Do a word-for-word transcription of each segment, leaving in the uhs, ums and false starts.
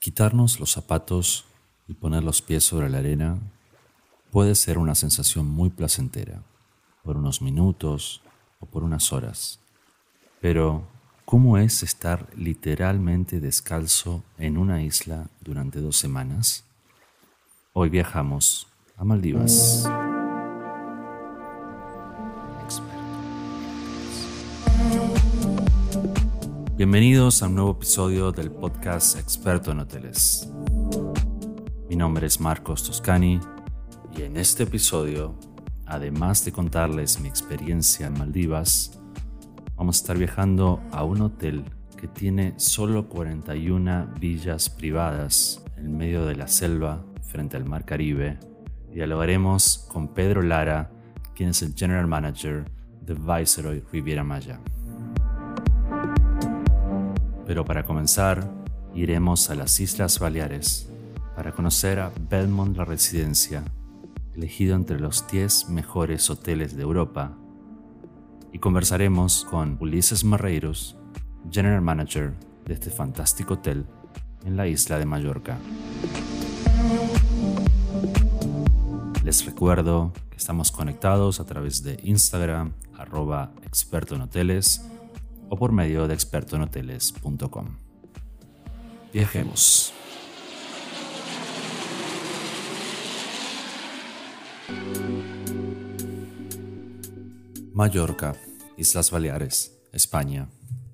Quitarnos los zapatos y poner los pies sobre la arena puede ser una sensación muy placentera, por unos minutos o por unas horas. Pero, ¿cómo es estar literalmente descalzo en una isla durante dos semanas? Hoy viajamos a Maldivas. Bienvenidos a un nuevo episodio del podcast Experto en Hoteles. Mi nombre es Marcos Toscani y en este episodio, además de contarles mi experiencia en Maldivas, vamos a estar viajando a un hotel que tiene solo cuarenta y una villas privadas en medio de la selva frente al Mar Caribe, y dialogaremos con Pedro Lara, quien es el General Manager de Viceroy Riviera Maya. Pero para comenzar, iremos a las Islas Baleares para conocer a Belmond La Residencia, elegido entre los diez mejores hoteles de Europa, y conversaremos con Ulises Marreiros, General Manager de este fantástico hotel en la isla de Mallorca. Les recuerdo que estamos conectados a través de Instagram, arroba experto en hoteles, o por medio de experto en hoteles punto com. Viajemos. Mallorca, Islas Baleares, España.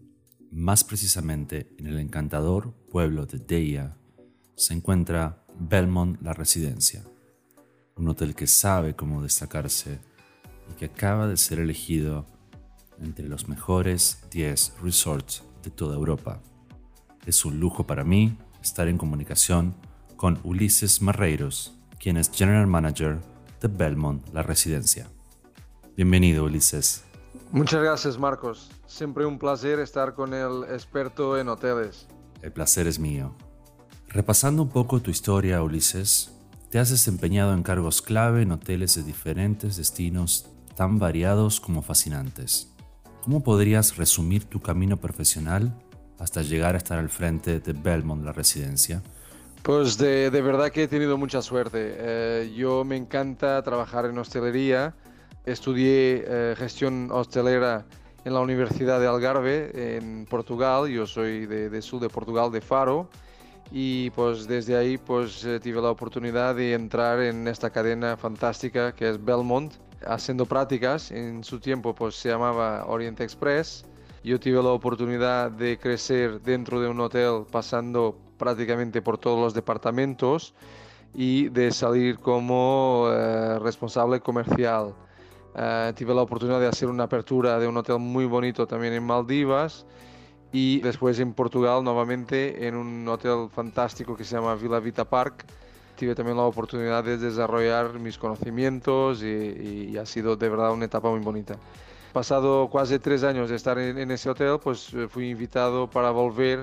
Más precisamente en el encantador pueblo de Deia se encuentra Belmond La Residencia, un hotel que sabe cómo destacarse y que acaba de ser elegido entre los mejores diez resorts de toda Europa. Es un lujo para mí estar en comunicación con Ulises Marreiros, quien es General Manager de Belmond La Residencia. Bienvenido, Ulises. Muchas gracias, Marcos. Siempre un placer estar con el experto en hoteles. El placer es mío. Repasando un poco tu historia, Ulises, te has desempeñado en cargos clave en hoteles de diferentes destinos tan variados como fascinantes. ¿Cómo podrías resumir tu camino profesional hasta llegar a estar al frente de Belmond La Residencia? Pues de, de verdad que he tenido mucha suerte. Eh, yo me encanta trabajar en hostelería. Estudié eh, gestión hostelera en la Universidad de Algarve, en Portugal. Yo soy de, de sur de Portugal, de Faro. Y pues desde ahí pues eh, tuve la oportunidad de entrar en esta cadena fantástica que es Belmond, haciendo prácticas. En su tiempo pues se llamaba Orient Express. Yo tuve la oportunidad de crecer dentro de un hotel pasando prácticamente por todos los departamentos y de salir como eh, responsable comercial. Uh, tuve la oportunidad de hacer una apertura de un hotel muy bonito también en Maldivas y después en Portugal nuevamente en un hotel fantástico que se llama Villa Vita Park. Tuve también la oportunidad de desarrollar mis conocimientos y, y, y ha sido de verdad una etapa muy bonita. Pasado casi tres años de estar en, en ese hotel, pues fui invitado para volver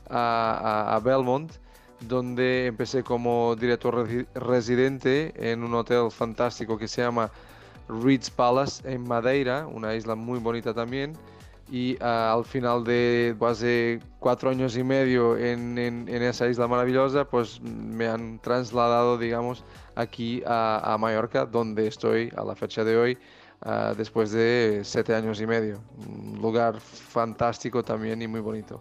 a, a, a Belmond, donde empecé como director residente en un hotel fantástico que se llama Ritz Palace en Madeira, una isla muy bonita también. Y uh, al final de hace cuatro años y medio en, en, en esa isla maravillosa, pues me han trasladado, digamos, aquí a, a Mallorca, donde estoy a la fecha de hoy, uh, después de siete años y medio. Un lugar fantástico también y muy bonito.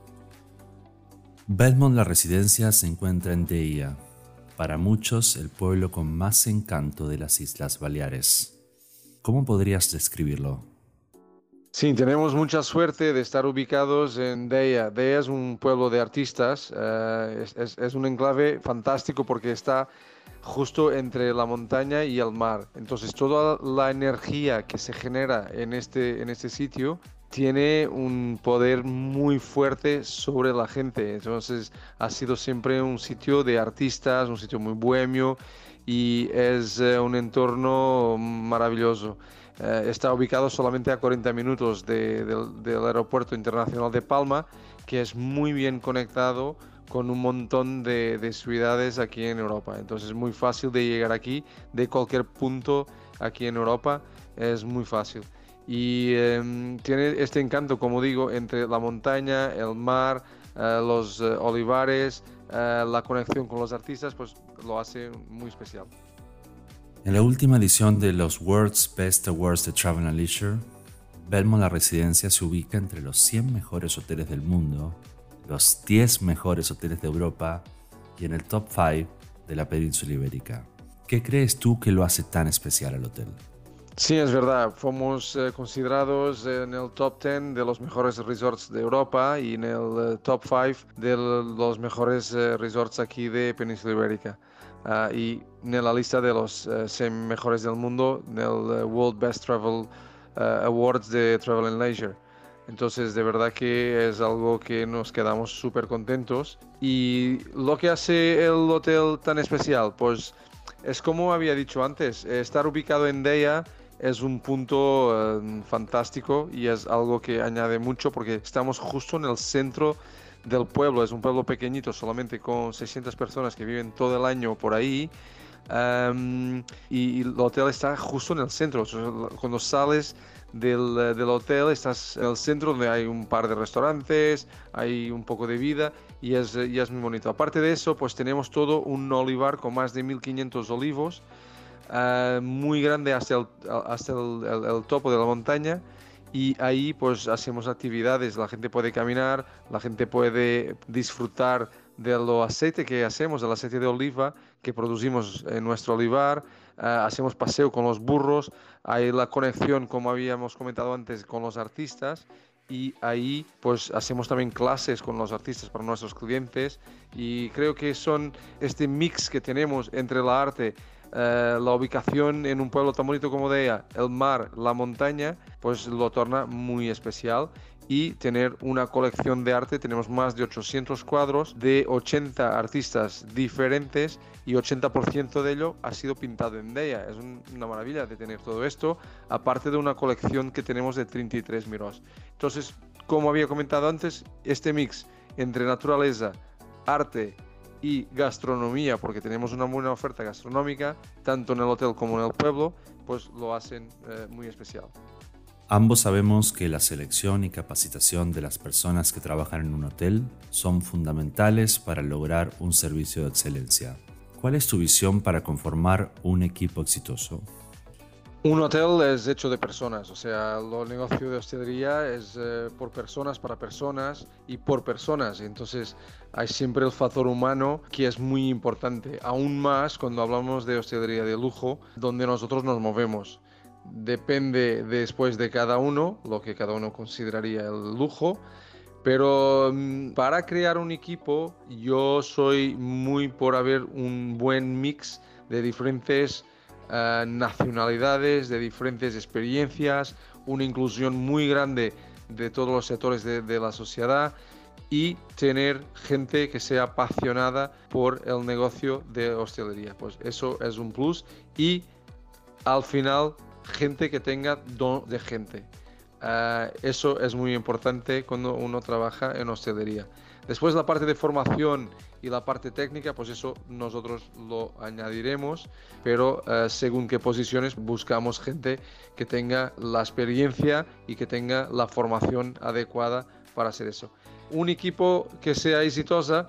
Belmond La Residencia se encuentra en Deia, para muchos el pueblo con más encanto de las Islas Baleares. ¿Cómo podrías describirlo? Sí, tenemos mucha suerte de estar ubicados en Deia. Deia es un pueblo de artistas, uh, es, es, es un enclave fantástico porque está justo entre la montaña y el mar. Entonces toda la energía que se genera en este, en este sitio tiene un poder muy fuerte sobre la gente. Entonces ha sido siempre un sitio de artistas, un sitio muy bohemio y es uh, un entorno maravilloso. Uh, está ubicado solamente a cuarenta minutos de, de, del aeropuerto internacional de Palma, que es muy bien conectado con un montón de, de ciudades aquí en Europa. Entonces es muy fácil de llegar aquí, de cualquier punto aquí en Europa, es muy fácil. Y eh, tiene este encanto, como digo, entre la montaña, el mar, eh, los eh, olivares, eh, la conexión con los artistas, pues lo hace muy especial. En la última edición de los World's Best Awards de Travel and Leisure, Belmond La Residencia se ubica entre los cien mejores hoteles del mundo, los diez mejores hoteles de Europa y en el top cinco de la península ibérica. ¿Qué crees tú que lo hace tan especial al hotel? Sí, es verdad. Fuimos eh, considerados en el top diez de los mejores resorts de Europa y en el eh, top cinco de los mejores eh, resorts aquí de Península Ibérica. Uh, y en la lista de los uh, cien mejores del mundo, en el uh, World Best Travel uh, Awards de Travel and Leisure. Entonces, de verdad que es algo que nos quedamos súper contentos. Y lo que hace el hotel tan especial, pues es como había dicho antes, estar ubicado en Deia es un punto uh, fantástico y es algo que añade mucho porque estamos justo en el centro del pueblo. Es un pueblo pequeñito, solamente con seiscientas personas que viven todo el año por ahí. Um, y, y el hotel está justo en el centro. O sea, cuando sales del, del hotel estás en el centro donde hay un par de restaurantes, hay un poco de vida y es, y es muy bonito. Aparte de eso, pues tenemos todo un olivar con más de mil quinientos olivos, uh, muy grande hasta, el, hasta el, el, el topo de la montaña. Y ahí pues hacemos actividades, la gente puede caminar, la gente puede disfrutar del aceite que hacemos, del aceite de oliva que producimos en nuestro olivar, uh, hacemos paseo con los burros, hay la conexión, como habíamos comentado antes, con los artistas y ahí pues hacemos también clases con los artistas para nuestros clientes y creo que son este mix que tenemos entre la arte, Uh, la ubicación en un pueblo tan bonito como Deia, el mar, la montaña, pues lo torna muy especial. Y tener una colección de arte, tenemos más de ochocientos cuadros de ochenta artistas diferentes y ochenta por ciento de ello ha sido pintado en Deia. Es un, una maravilla de tener todo esto, aparte de una colección que tenemos de treinta y tres mirós. Entonces, como había comentado antes, este mix entre naturaleza, arte y gastronomía, porque tenemos una buena oferta gastronómica, tanto en el hotel como en el pueblo, pues lo hacen eh, muy especial. Ambos sabemos que la selección y capacitación de las personas que trabajan en un hotel son fundamentales para lograr un servicio de excelencia. ¿Cuál es tu visión para conformar un equipo exitoso? Un hotel es hecho de personas, o sea, el negocio de hostelería es eh, por personas, para personas y por personas. Entonces hay siempre el factor humano que es muy importante, aún más cuando hablamos de hostelería de lujo, donde nosotros nos movemos. Depende después de cada uno, lo que cada uno consideraría el lujo, pero mm, para crear un equipo yo soy muy por haber un buen mix de diferentes Uh, nacionalidades, de diferentes experiencias, una inclusión muy grande de todos los sectores de, de la sociedad y tener gente que sea apasionada por el negocio de hostelería. Pues eso es un plus y al final gente que tenga don de gente. Uh, eso es muy importante cuando uno trabaja en hostelería. Después la parte de formación y la parte técnica, pues eso nosotros lo añadiremos, pero uh, según qué posiciones buscamos gente que tenga la experiencia y que tenga la formación adecuada para hacer eso. Un equipo que sea exitosa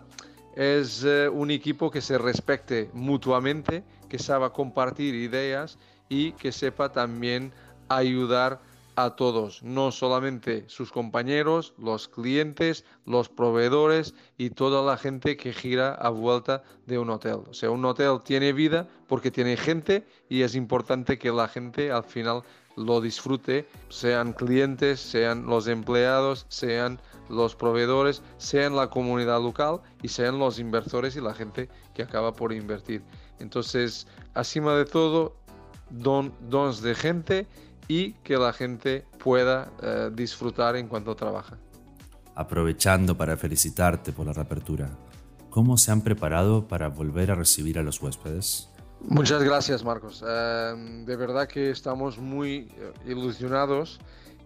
es uh, un equipo que se respete mutuamente, que sepa compartir ideas y que sepa también ayudar a todos, no solamente sus compañeros, los clientes, los proveedores y toda la gente que gira a vuelta de un hotel. O sea, un hotel tiene vida porque tiene gente y es importante que la gente al final lo disfrute, sean clientes, sean los empleados, sean los proveedores, sean la comunidad local y sean los inversores y la gente que acaba por invertir. Entonces, encima de todo, don, dons de gente y que la gente pueda eh, disfrutar en cuanto trabaja. Aprovechando para felicitarte por la reapertura, ¿cómo se han preparado para volver a recibir a los huéspedes? Muchas gracias, Marcos. Eh, de verdad que estamos muy ilusionados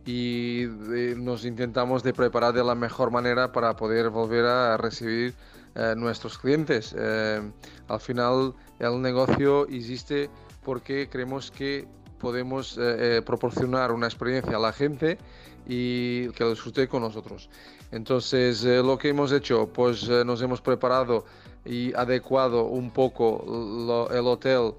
y de, nos intentamos de preparar de la mejor manera para poder volver a recibir eh, nuestros clientes. Eh, al final el negocio existe porque creemos que podemos eh, eh, proporcionar una experiencia a la gente y que lo disfrute con nosotros. Entonces, eh, lo que hemos hecho, pues eh, nos hemos preparado y adecuado un poco lo- el hotel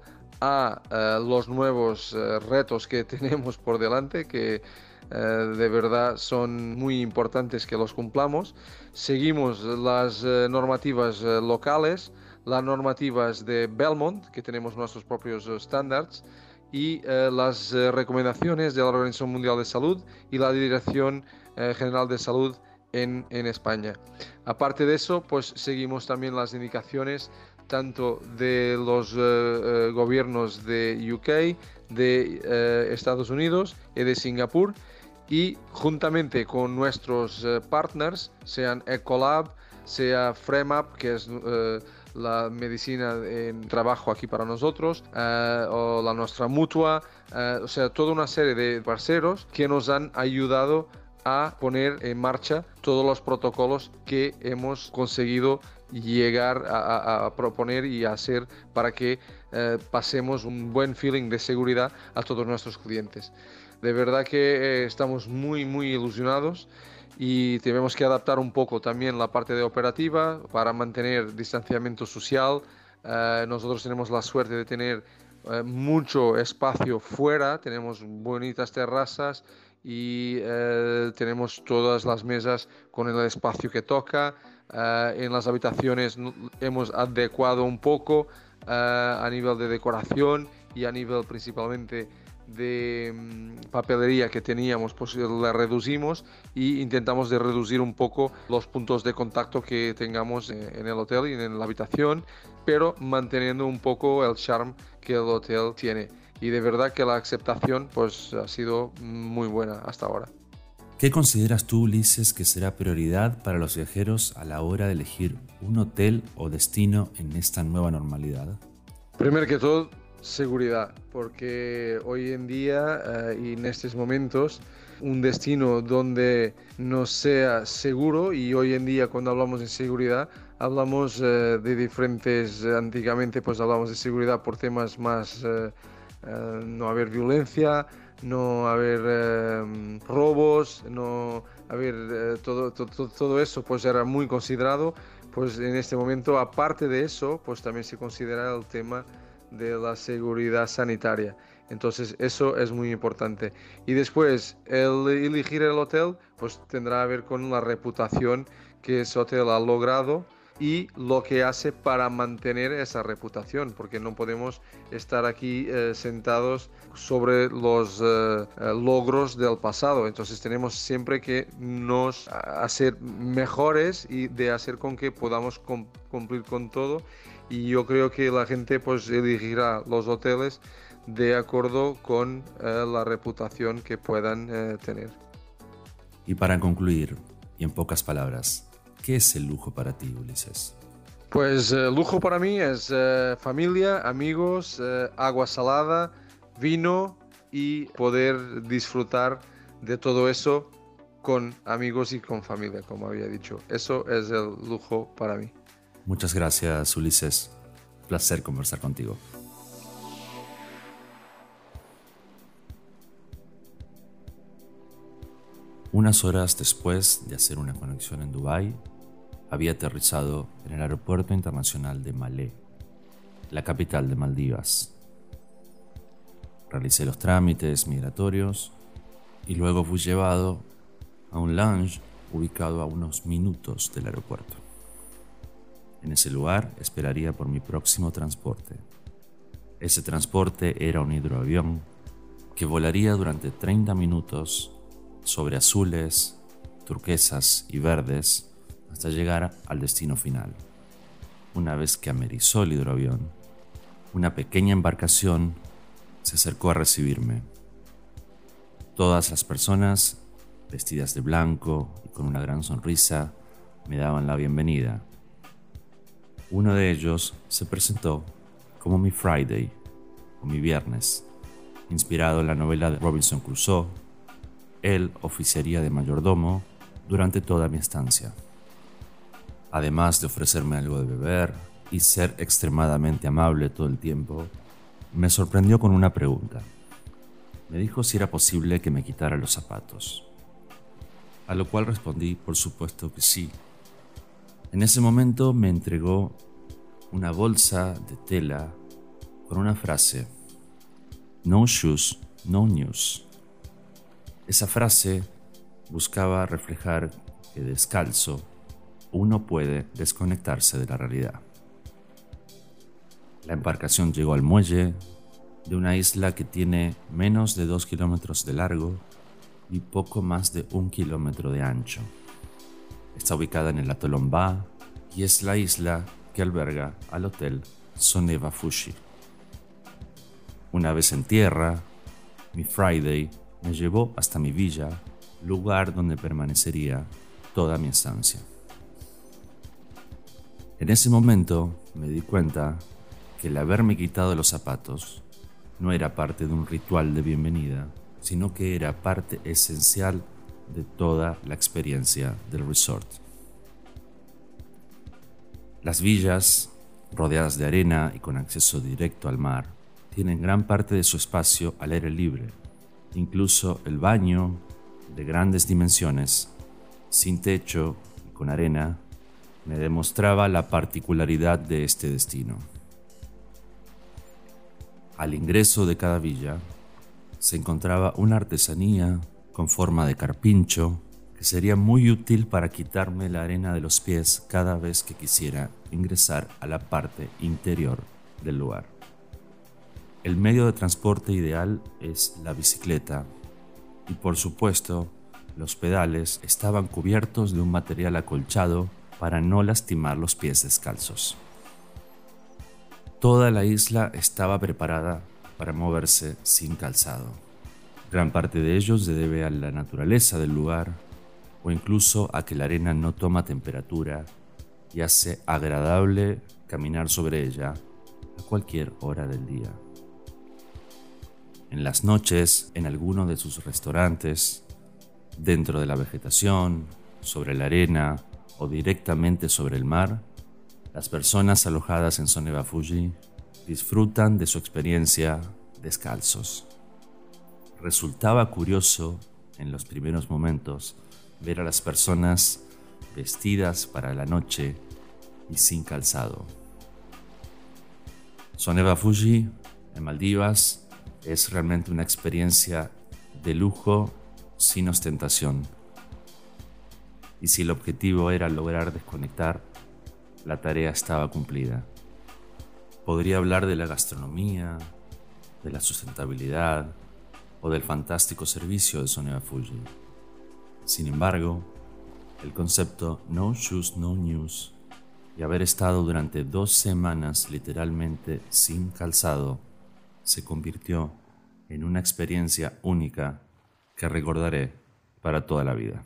a eh, los nuevos eh, retos que tenemos por delante, que eh, de verdad son muy importantes que los cumplamos. Seguimos las eh, normativas eh, locales, las normativas de Belmont, que tenemos nuestros propios eh, estándares, y eh, las eh, recomendaciones de la Organización Mundial de Salud y la Dirección eh, General de Salud en, en España. Aparte de eso, pues seguimos también las indicaciones tanto de los eh, eh, gobiernos de U K, de eh, Estados Unidos y de Singapur, y juntamente con nuestros eh, partners, sean Ecolab, sea Fremap, que es eh, la medicina en trabajo aquí para nosotros, eh, o la nuestra mutua, eh, o sea, toda una serie de parceros que nos han ayudado a poner en marcha todos los protocolos que hemos conseguido llegar a, a, a proponer y a hacer para que eh, pasemos un buen feeling de seguridad a todos nuestros clientes. De verdad que eh, estamos muy, muy ilusionados y tenemos que adaptar un poco también la parte de operativa para mantener distanciamiento social. Eh, nosotros tenemos la suerte de tener eh, mucho espacio fuera, tenemos bonitas terrazas y eh, tenemos todas las mesas con el espacio que toca. Uh, en las habitaciones hemos adecuado un poco uh, a nivel de decoración y a nivel principalmente de um, papelería que teníamos, pues la reducimos y intentamos de reducir un poco los puntos de contacto que tengamos en, en el hotel y en la habitación, pero manteniendo un poco el charm que el hotel tiene. Y de verdad que la aceptación pues ha sido muy buena hasta ahora. ¿Qué consideras tú, Ulises, que será prioridad para los viajeros a la hora de elegir un hotel o destino en esta nueva normalidad? Primero que todo, seguridad, porque hoy en día eh, y en estos momentos un destino donde no sea seguro, y hoy en día cuando hablamos de seguridad hablamos eh, de diferentes, antiguamente pues hablamos de seguridad por temas más, eh, eh, no haber violencia, no haber eh, robos, no haber eh, todo, todo, todo eso pues era muy considerado. Pues en este momento, aparte de eso, pues también se considera el tema de la seguridad sanitaria. Entonces eso es muy importante. Y después, el elegir el hotel, pues tendrá que ver con la reputación que ese hotel ha logrado y lo que hace para mantener esa reputación, porque no podemos estar aquí eh, sentados sobre los eh, logros del pasado. Entonces tenemos siempre que nos hacer mejores y de hacer con que podamos com- cumplir con todo. Y yo creo que la gente pues elegirá los hoteles de acuerdo con eh, la reputación que puedan eh, tener. Y para concluir, y en pocas palabras, ¿qué es el lujo para ti, Ulises? Pues eh, lujo para mí es eh, familia, amigos, eh, agua salada, vino y poder disfrutar de todo eso con amigos y con familia, como había dicho. Eso es el lujo para mí. Muchas gracias, Ulises. Placer conversar contigo. Unas horas después de hacer una conexión en Dubái, había aterrizado en el aeropuerto internacional de Malé, la capital de Maldivas. Realicé los trámites migratorios y luego fui llevado a un lounge ubicado a unos minutos del aeropuerto. En ese lugar esperaría por mi próximo transporte. Ese transporte era un hidroavión que volaría durante treinta minutos sobre azules, turquesas y verdes hasta llegar al destino final. Una vez que amerizó el hidroavión, una pequeña embarcación se acercó a recibirme. Todas las personas, vestidas de blanco y con una gran sonrisa, me daban la bienvenida. Uno de ellos se presentó como mi Friday, o mi viernes, inspirado en la novela de Robinson Crusoe. Él oficiaría de mayordomo durante toda mi estancia. Además de ofrecerme algo de beber y ser extremadamente amable todo el tiempo, me sorprendió con una pregunta. Me dijo si era posible que me quitara los zapatos. a lo cual respondí por supuesto que sí. En ese momento me entregó una bolsa de tela con una frase: "No shoes, no news". Esa frase buscaba reflejar que descalzo uno puede desconectarse de la realidad. La embarcación llegó al muelle de una isla que tiene menos de dos kilómetros de largo y poco más de un kilómetro de ancho. Está ubicada en el atolón Ba y es la isla que alberga al hotel Soneva Fuji. Una vez en tierra, mi Friday me llevó hasta mi villa, lugar donde permanecería toda mi estancia. En ese momento me di cuenta que el haberme quitado los zapatos no era parte de un ritual de bienvenida, sino que era parte esencial de toda la experiencia del resort. Las villas, rodeadas de arena y con acceso directo al mar, tienen gran parte de su espacio al aire libre. Incluso el baño, de grandes dimensiones, sin techo y con arena, me demostraba la particularidad de este destino. Al ingreso de cada villa se encontraba una artesanía con forma de carpincho que sería muy útil para quitarme la arena de los pies cada vez que quisiera ingresar a la parte interior del lugar. El medio de transporte ideal es la bicicleta y, por supuesto, los pedales estaban cubiertos de un material acolchado para no lastimar los pies descalzos. Toda la isla estaba preparada para moverse sin calzado. Gran parte de ello se debe a la naturaleza del lugar o incluso a que la arena no toma temperatura y hace agradable caminar sobre ella a cualquier hora del día. En las noches, en alguno de sus restaurantes, dentro de la vegetación, sobre la arena o directamente sobre el mar, las personas alojadas en Soneva Fuji disfrutan de su experiencia descalzos. Resultaba curioso en los primeros momentos ver a las personas vestidas para la noche y sin calzado. Soneva Fuji, en Maldivas, es realmente una experiencia de lujo sin ostentación. Y si el objetivo era lograr desconectar, la tarea estaba cumplida. Podría hablar de la gastronomía, de la sustentabilidad o del fantástico servicio de Soneva Fuji. Sin embargo, el concepto No Shoes, No News y haber estado durante dos semanas literalmente sin calzado se convirtió en una experiencia única que recordaré para toda la vida.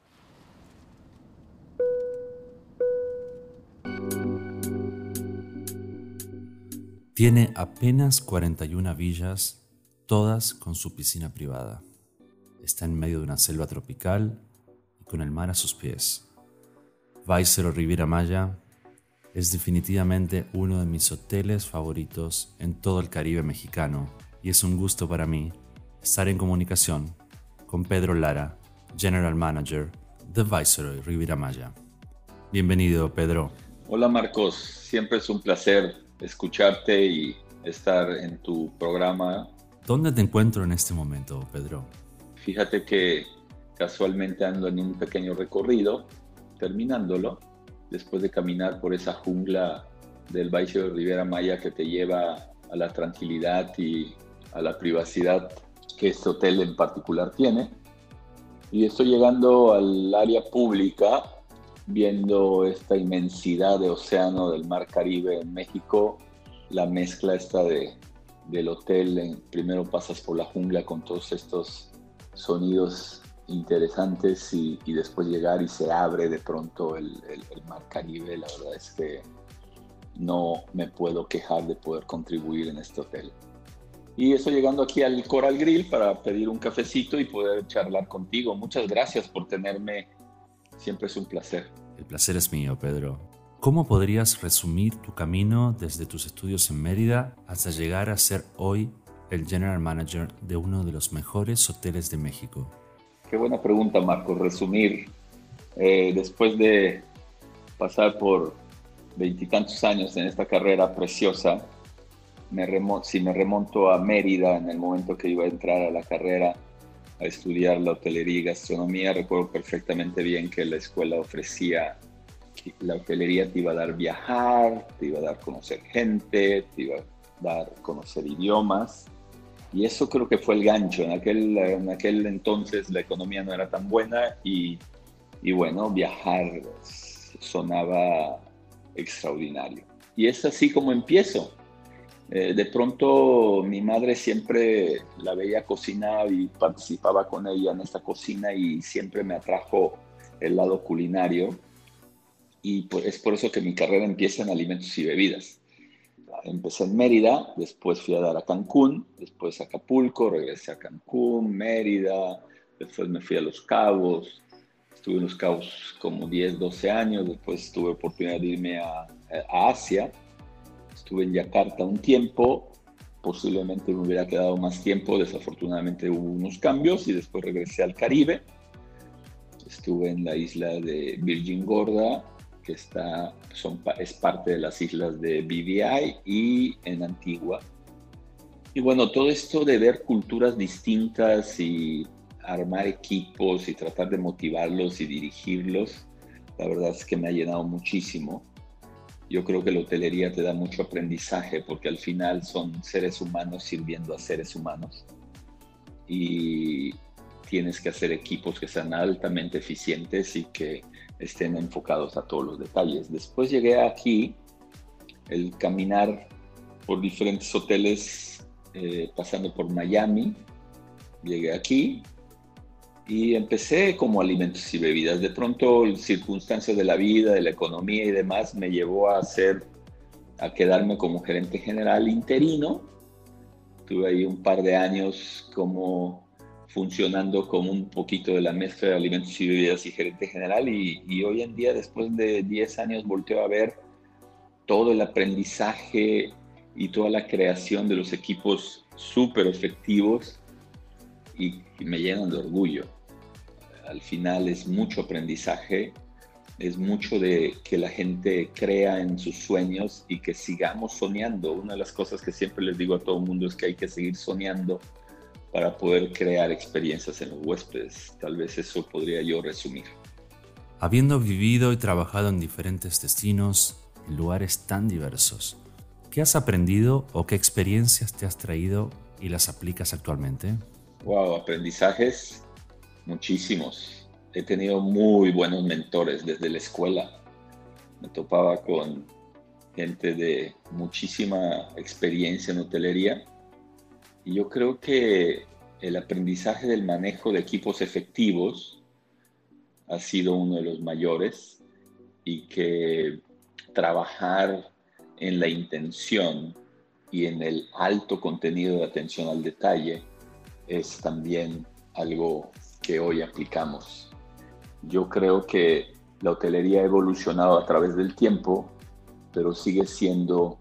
Tiene apenas cuarenta y una villas, todas con su piscina privada. Está en medio de una selva tropical y con el mar a sus pies. Viceroy Riviera Maya es definitivamente uno de mis hoteles favoritos en todo el Caribe mexicano y es un gusto para mí estar en comunicación con Pedro Lara, General Manager de Viceroy Riviera Maya. Bienvenido, Pedro. Hola, Marcos. Siempre es un placer escucharte y estar en tu programa. ¿Dónde te encuentro en este momento, Pedro? Fíjate que casualmente ando en un pequeño recorrido, terminándolo, después de caminar por esa jungla del Viceroy Riviera Maya que te lleva a la tranquilidad y a la privacidad que este hotel en particular tiene. Y estoy llegando al área pública, viendo esta inmensidad de océano del Mar Caribe en México, la mezcla esta de, del hotel, en, primero pasas por la jungla con todos estos sonidos interesantes y, y después llegar y se abre de pronto el, el, el Mar Caribe. La verdad es que no me puedo quejar de poder contribuir en este hotel. Y estoy llegando aquí al Coral Grill para pedir un cafecito y poder charlar contigo. Muchas gracias por tenerme. Siempre es un placer. El placer es mío, Pedro. ¿Cómo podrías resumir tu camino desde tus estudios en Mérida hasta llegar a ser hoy el General Manager de uno de los mejores hoteles de México? Qué buena pregunta, Marco. Resumir, eh, después de pasar por veintitantos años en esta carrera preciosa, me remo- si me remonto a Mérida en el momento que iba a entrar a la carrera a estudiar la hotelería y gastronomía, recuerdo perfectamente bien que la escuela ofrecía, la hotelería te iba a dar viajar, te iba a dar conocer gente, te iba a dar conocer idiomas, y eso creo que fue el gancho. En aquel, en aquel entonces la economía no era tan buena y, y bueno, viajar sonaba extraordinario. Y es así como empiezo. Eh, de pronto mi madre siempre la veía cocinar y participaba con ella en esta cocina y siempre me atrajo el lado culinario, y pues es por eso que mi carrera empieza en alimentos y bebidas. Empecé en Mérida, después fui a dar a Cancún, después a Acapulco, regresé a Cancún, Mérida, después me fui a Los Cabos, estuve en Los Cabos como diez, doce años, después tuve oportunidad de irme a, a Asia. Estuve en Yakarta un tiempo, posiblemente me hubiera quedado más tiempo, desafortunadamente hubo unos cambios y después regresé al Caribe. Estuve en la isla de Virgin Gorda, que está, son, es parte de las islas de B V I, y en Antigua. Y bueno, todo esto de ver culturas distintas y armar equipos y tratar de motivarlos y dirigirlos, la verdad es que me ha llenado muchísimo. Yo creo que la hotelería te da mucho aprendizaje porque al final son seres humanos sirviendo a seres humanos y tienes que hacer equipos que sean altamente eficientes y que estén enfocados a todos los detalles. Después llegué aquí, el caminar por diferentes hoteles, eh, pasando por Miami, llegué aquí y empecé como alimentos y bebidas. De pronto, circunstancias de la vida, de la economía y demás, me llevó a hacer, a quedarme como gerente general interino. Tuve ahí un par de años como funcionando como un poquito de la mezcla de alimentos y bebidas y gerente general, y, y hoy en día, después de diez años, volteo a ver todo el aprendizaje y toda la creación de los equipos súper efectivos y, y me llenan de orgullo. Al final es mucho aprendizaje, es mucho de que la gente crea en sus sueños y que sigamos soñando. Una de las cosas que siempre les digo a todo el mundo es que hay que seguir soñando para poder crear experiencias en los huéspedes. Tal vez eso podría yo resumir. Habiendo vivido y trabajado en diferentes destinos, en lugares tan diversos, ¿qué has aprendido o qué experiencias te has traído y las aplicas actualmente? Wow, aprendizajes muchísimos. He tenido muy buenos mentores desde la escuela. Me topaba con gente de muchísima experiencia en hotelería. Y yo creo que el aprendizaje del manejo de equipos efectivos ha sido uno de los mayores, y que trabajar en la intención y en el alto contenido de atención al detalle es también algo que hoy aplicamos. Yo creo que la hotelería ha evolucionado a través del tiempo, pero sigue siendo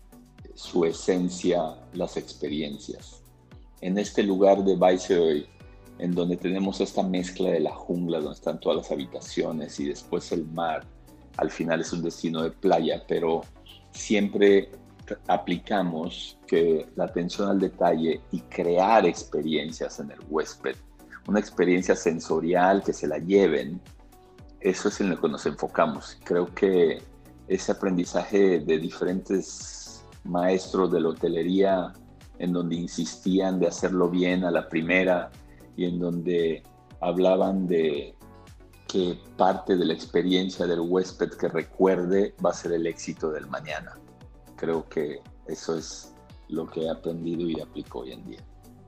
su esencia las experiencias. En este lugar de Viceroy, en donde tenemos esta mezcla de la jungla, donde están todas las habitaciones y después el mar, al final es un destino de playa, pero siempre aplicamos que la atención al detalle y crear experiencias en el huésped, una experiencia sensorial que se la lleven, eso es en lo que nos enfocamos. Creo que ese aprendizaje de diferentes maestros de la hotelería, en donde insistían de hacerlo bien a la primera y en donde hablaban de que parte de la experiencia del huésped que recuerde va a ser el éxito del mañana. Creo que eso es lo que he aprendido y aplico hoy en día.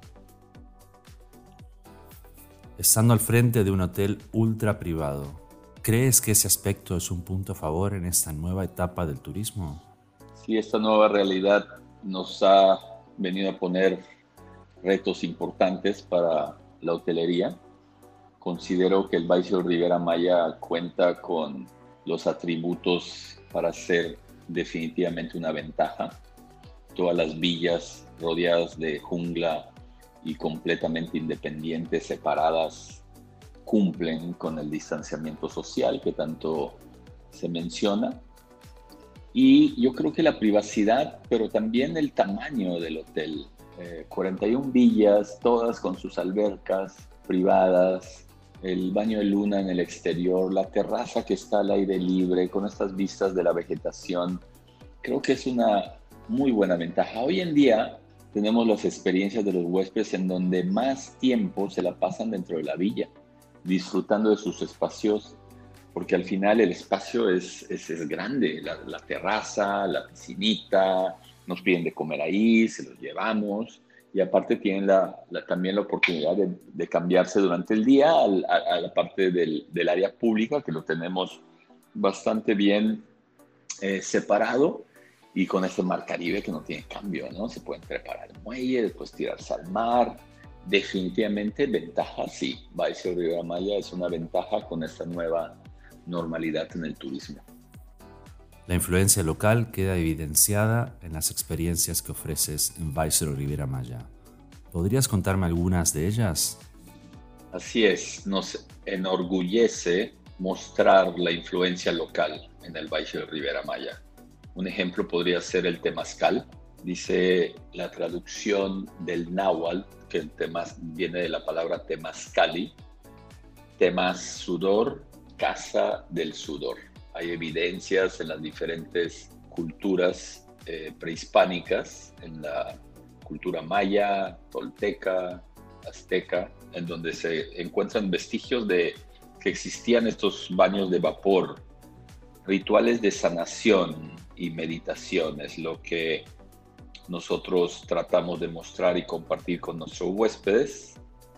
Estando al frente de un hotel ultra privado, ¿crees que ese aspecto es un punto a favor en esta nueva etapa del turismo? Sí, esta nueva realidad nos ha venido a poner retos importantes para la hotelería. Considero que el Viceroy Riviera Maya cuenta con los atributos para ser definitivamente una ventaja. Todas las villas rodeadas de jungla y completamente independientes, separadas cumplen con el distanciamiento social que tanto se menciona. Y yo creo que la privacidad, pero también el tamaño del hotel. Eh, cuarenta y una villas, todas con sus albercas privadas, el baño de luna en el exterior, la terraza que está al aire libre, con estas vistas de la vegetación. Creo que es una muy buena ventaja. Hoy en día tenemos las experiencias de los huéspedes en donde más tiempo se la pasan dentro de la villa, disfrutando de sus espacios, porque al final el espacio es, es, es grande, la, la terraza, la piscinita, nos piden de comer ahí, se los llevamos, y aparte tienen la, la, también la oportunidad de, de cambiarse durante el día al, a, a la parte del, del área pública, que lo tenemos bastante bien eh, separado, y con este mar Caribe que no tiene cambio, ¿no? Se pueden preparar el muelle, después tirarse al mar. Definitivamente ventaja, sí. Viceroy Riviera Maya es una ventaja con esta nueva normalidad en el turismo. La influencia local queda evidenciada en las experiencias que ofreces en Viceroy Riviera Maya. ¿Podrías contarme algunas de ellas? Así es, nos enorgullece mostrar la influencia local en el Viceroy Riviera Maya. Un ejemplo podría ser el temazcal. Dice la traducción del náhuatl, que el temas, viene de la palabra temazcali, temas sudor, casa del sudor. Hay evidencias en las diferentes culturas eh, prehispánicas, en la cultura maya, tolteca, azteca, en donde se encuentran vestigios de que existían estos baños de vapor, rituales de sanación y meditación. Es lo que nosotros tratamos de mostrar y compartir con nuestros huéspedes.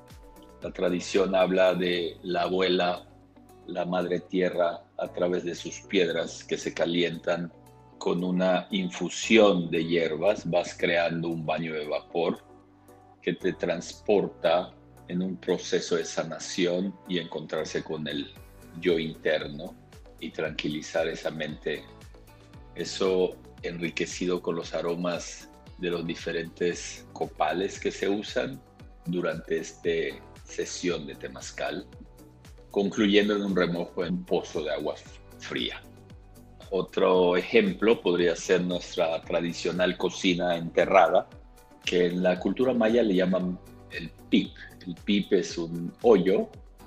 La tradición habla de la abuela, la madre tierra, a través de sus piedras que se calientan con una infusión de hierbas, vas creando un baño de vapor que te transporta en un proceso de sanación y encontrarse con el yo interno y tranquilizar esa mente. Eso enriquecido con los aromas de los diferentes copales que se usan durante esta sesión de temazcal, concluyendo en un remojo en un pozo de agua fría. Otro ejemplo podría ser nuestra tradicional cocina enterrada, que en la cultura maya le llaman el pip. El pip es un hoyo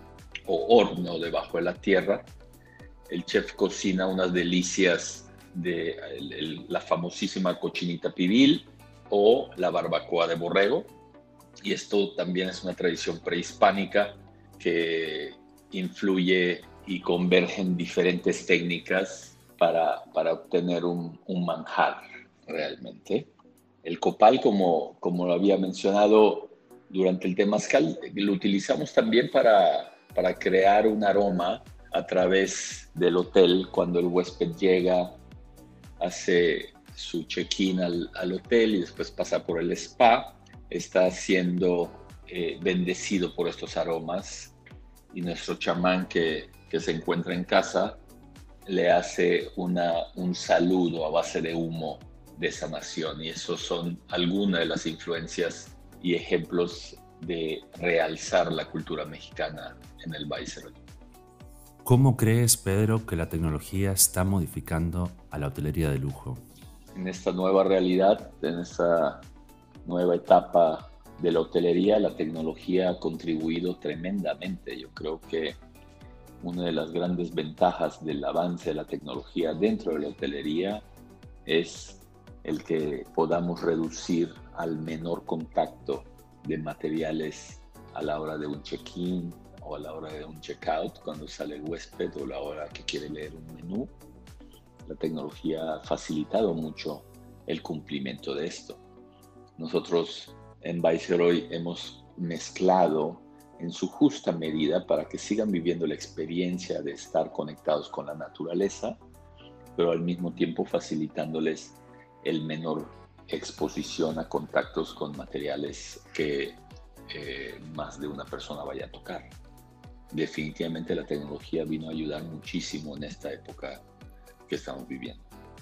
o horno debajo de la tierra. El chef cocina unas delicias de el, el, la famosísima cochinita pibil o la barbacoa de borrego. Y esto también es una tradición prehispánica que influye y convergen diferentes técnicas para, para obtener un, un manjar realmente. El copal, como, como lo había mencionado durante el temazcal, lo utilizamos también para, para crear un aroma a través del hotel. Cuando el huésped llega, hace su check-in al, al hotel y después pasa por el spa, está siendo eh, bendecido por estos aromas, y nuestro chamán que, que se encuentra en casa le hace una, un saludo a base de humo de sanación. Y esos son algunas de las influencias y ejemplos de realzar la cultura mexicana en el Viceroy. ¿Cómo crees, Pedro, que la tecnología está modificando a la hotelería de lujo? En esta nueva realidad, en esta nueva etapa de la hotelería, la tecnología ha contribuido tremendamente. Yo creo que una de las grandes ventajas del avance de la tecnología dentro de la hotelería es el que podamos reducir al menor contacto de materiales a la hora de un check-in o a la hora de un check-out, cuando sale el huésped o la hora que quiere leer un menú. La tecnología ha facilitado mucho el cumplimiento de esto. Nosotros en Viceroy hemos mezclado en su justa medida para que sigan viviendo la experiencia de estar conectados con la naturaleza, pero al mismo tiempo facilitándoles el menor exposición a contactos con materiales que eh, más de una persona vaya a tocar. Definitivamente la tecnología vino a ayudar muchísimo en esta época que estamos viviendo.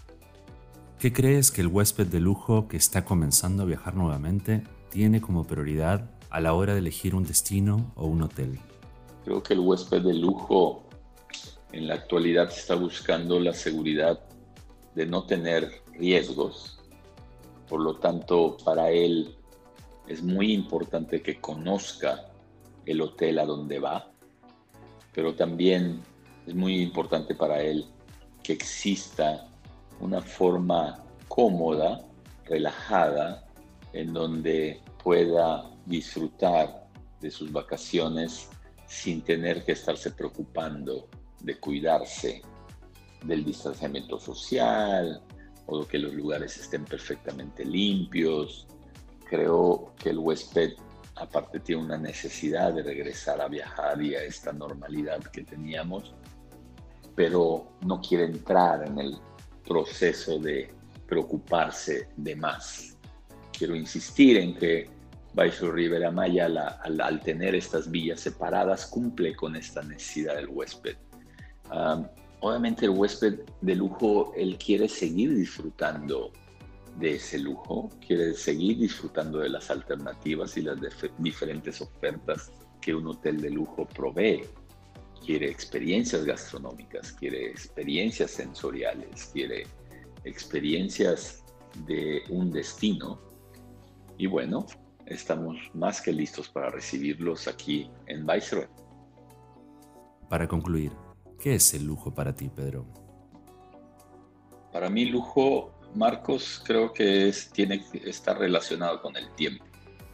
¿Qué crees que el huésped de lujo que está comenzando a viajar nuevamente tiene como prioridad a la hora de elegir un destino o un hotel? Creo que el huésped de lujo en la actualidad está buscando la seguridad de no tener riesgos. Por lo tanto, para él es muy importante que conozca el hotel a donde va, pero también es muy importante para él que exista una forma cómoda, relajada, en donde pueda disfrutar de sus vacaciones sin tener que estarse preocupando de cuidarse del distanciamiento social o de que los lugares estén perfectamente limpios. Creo que el huésped aparte tiene una necesidad de regresar a viajar y a esta normalidad que teníamos, pero no quiere entrar en el proceso de preocuparse de más. Quiero insistir en que Viceroy Riviera Maya, la, al, al tener estas villas separadas, cumple con esta necesidad del huésped. Um, obviamente el huésped de lujo, él quiere seguir disfrutando de ese lujo, quiere seguir disfrutando de las alternativas y las diferentes ofertas que un hotel de lujo provee. Quiere experiencias gastronómicas, quiere experiencias sensoriales, quiere experiencias de un destino. Y bueno, estamos más que listos para recibirlos aquí en Viceroy. Para concluir, ¿qué es el lujo para ti, Pedro? Para mí, lujo, Marcos, creo que es, tiene que estar relacionado con el tiempo.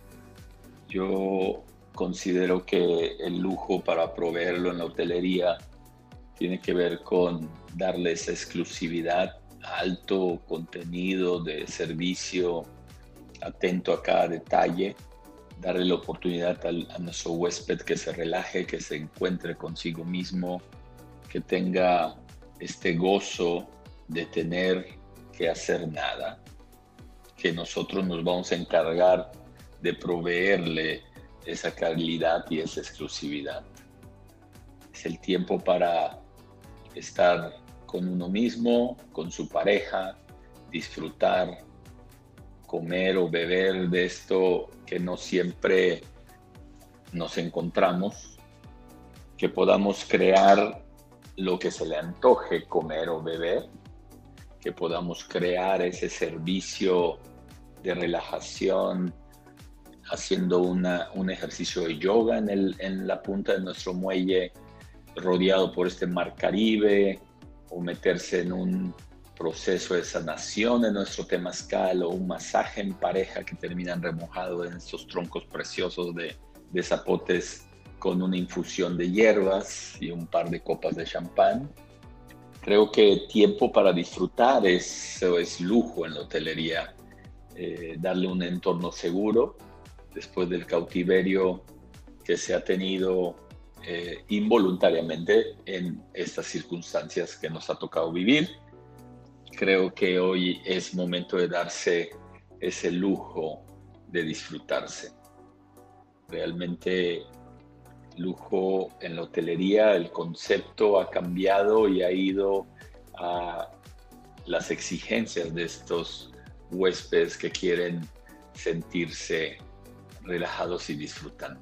Yo considero que el lujo, para proveerlo en la hotelería, tiene que ver con darle esa exclusividad, alto contenido de servicio, atento a cada detalle, darle la oportunidad al, a nuestro huésped que se relaje, que se encuentre consigo mismo, que tenga este gozo de tener que hacer nada, que nosotros nos vamos a encargar de proveerle esa calidad y esa exclusividad. Es el tiempo para estar con uno mismo, con su pareja, disfrutar, comer o beber de esto que no siempre nos encontramos, que podamos crear lo que se le antoje comer o beber, que podamos crear ese servicio de relajación haciendo una, un ejercicio de yoga en, el, en la punta de nuestro muelle rodeado por este mar Caribe, o meterse en un proceso de sanación en nuestro temazcal, o un masaje en pareja que terminan remojado en estos troncos preciosos de, de zapotes con una infusión de hierbas y un par de copas de champán. Creo que tiempo para disfrutar es, es lujo en la hotelería, eh, darle un entorno seguro después del cautiverio que se ha tenido eh, involuntariamente en estas circunstancias que nos ha tocado vivir. Creo que hoy es momento de darse ese lujo de disfrutarse. Realmente lujo en la hotelería, el concepto ha cambiado y ha ido a las exigencias de estos huéspedes que quieren sentirse relajados y disfrutando.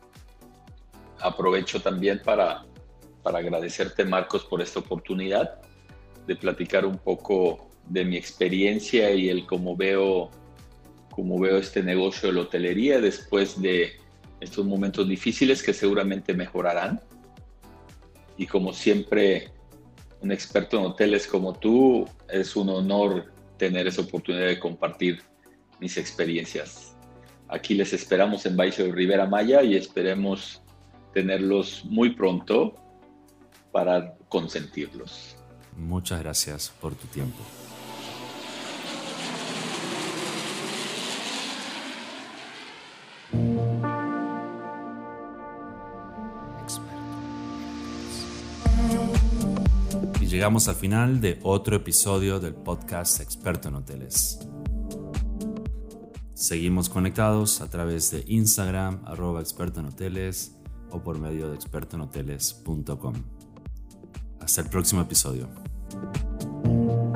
Aprovecho también para, para agradecerte, Marcos, por esta oportunidad de platicar un poco de mi experiencia y el cómo veo, cómo veo este negocio de la hotelería después de estos momentos difíciles que seguramente mejorarán. Y como siempre, un experto en hoteles como tú, es un honor tener esa oportunidad de compartir mis experiencias. Aquí les esperamos en Viceroy Riviera Maya y esperemos tenerlos muy pronto para consentirlos. Muchas gracias por tu tiempo. Y llegamos al final de otro episodio del podcast Experto en Hoteles. Seguimos conectados a través de Instagram, arroba experto en hoteles, o por medio de experto en hoteles punto com. Hasta el próximo episodio.